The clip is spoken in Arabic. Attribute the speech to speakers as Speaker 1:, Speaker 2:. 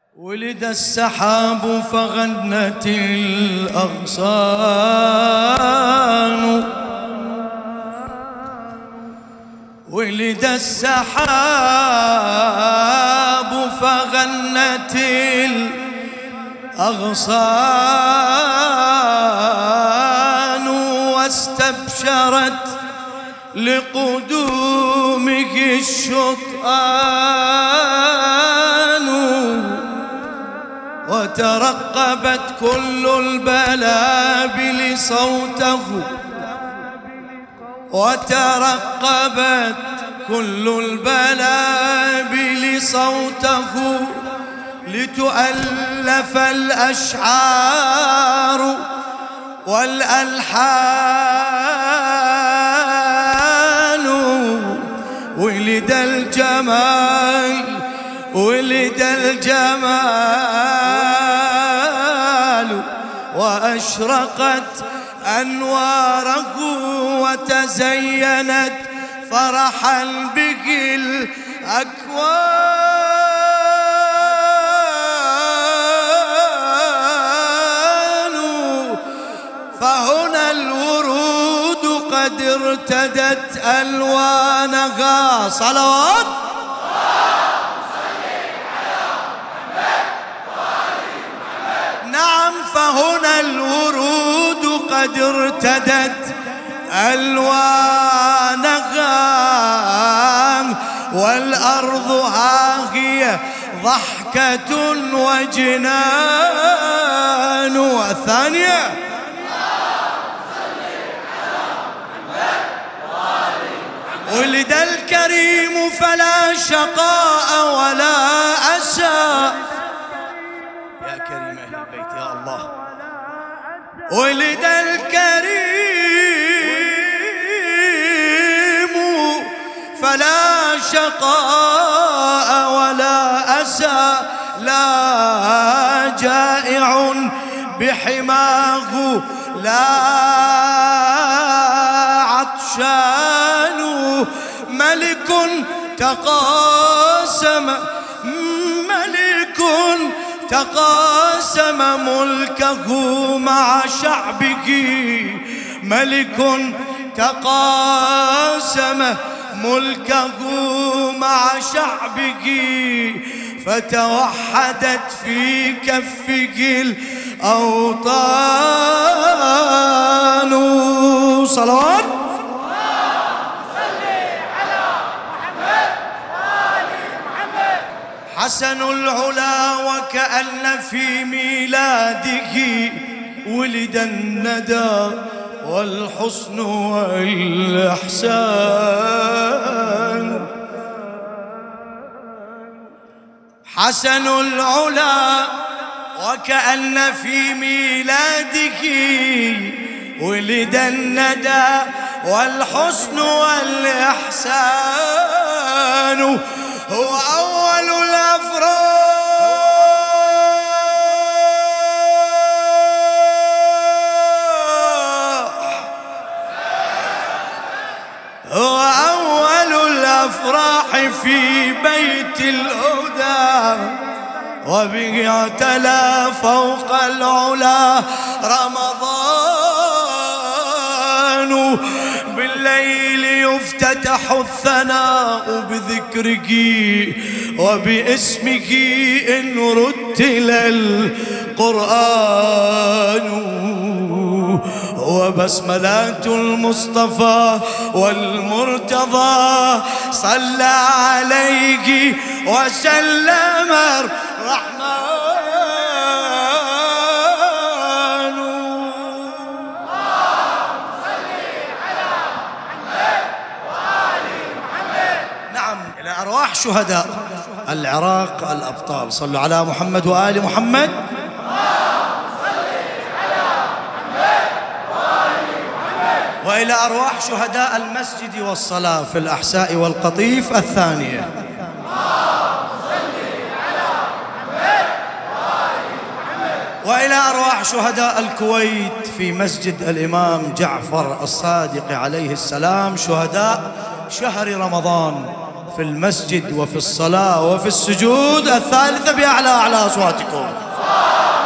Speaker 1: ولد السحاب فغنت الأغصان، ولد السحاب فغنت الأغصان، واستبشرت لقدومه الشطآن، وترقبت كل البلابل صوته، وترقبت كل البلابل صوته، لتؤلف الأشعار والألحان. ولد الجمال، ولد الجمال، وأشرقت أنواره، وتزينت فرحا به الأكوان. فهنا الورود قد ارتدت ألوانها. صلوات فهنا الورود قد ارتدت ألوانها، والأرض ها هي ضحكة وجنان. والثانية ولد الكريم فلا شقاء ولا أسى. يا كريم أهل البيت يا الله. ولد الكريم فلا شقاء ولا أسى، لا جائع بحماه لا عطشان. ملك تقاسم، ملك تقاسم ملكه مع شعبه، ملك تقاسم ملكه مع شعبه، فتوحدت في كفه الأوطان. صلوات حسن العلا وكأن في ميلاده ولد الندى والحسن والإحسان. حسن العلا وكأن في ميلاده ولد الندى والحسن والإحسان. هو أول الأفراح، هو أول الأفراح في بيت الهدى، وبه اعتلى فوق العلا رمضان. بالليل يفتتح الثناء بذكره وباسمه إن رتل القرآن. وبسملات المصطفى والمرتضى صلى عليه وسلم الرحمن. أرواح شهداء العراق الأبطال، صلوا على محمد وآل محمد. وإلى أرواح شهداء المسجد والصلاة في الأحساء والقطيف الثانية. وإلى أرواح شهداء الكويت في مسجد الإمام جعفر الصادق عليه السلام، شهداء شهر رمضان في المسجد وفي الصلاة وفي السجود، الثالثة بأعلى أصواتكم.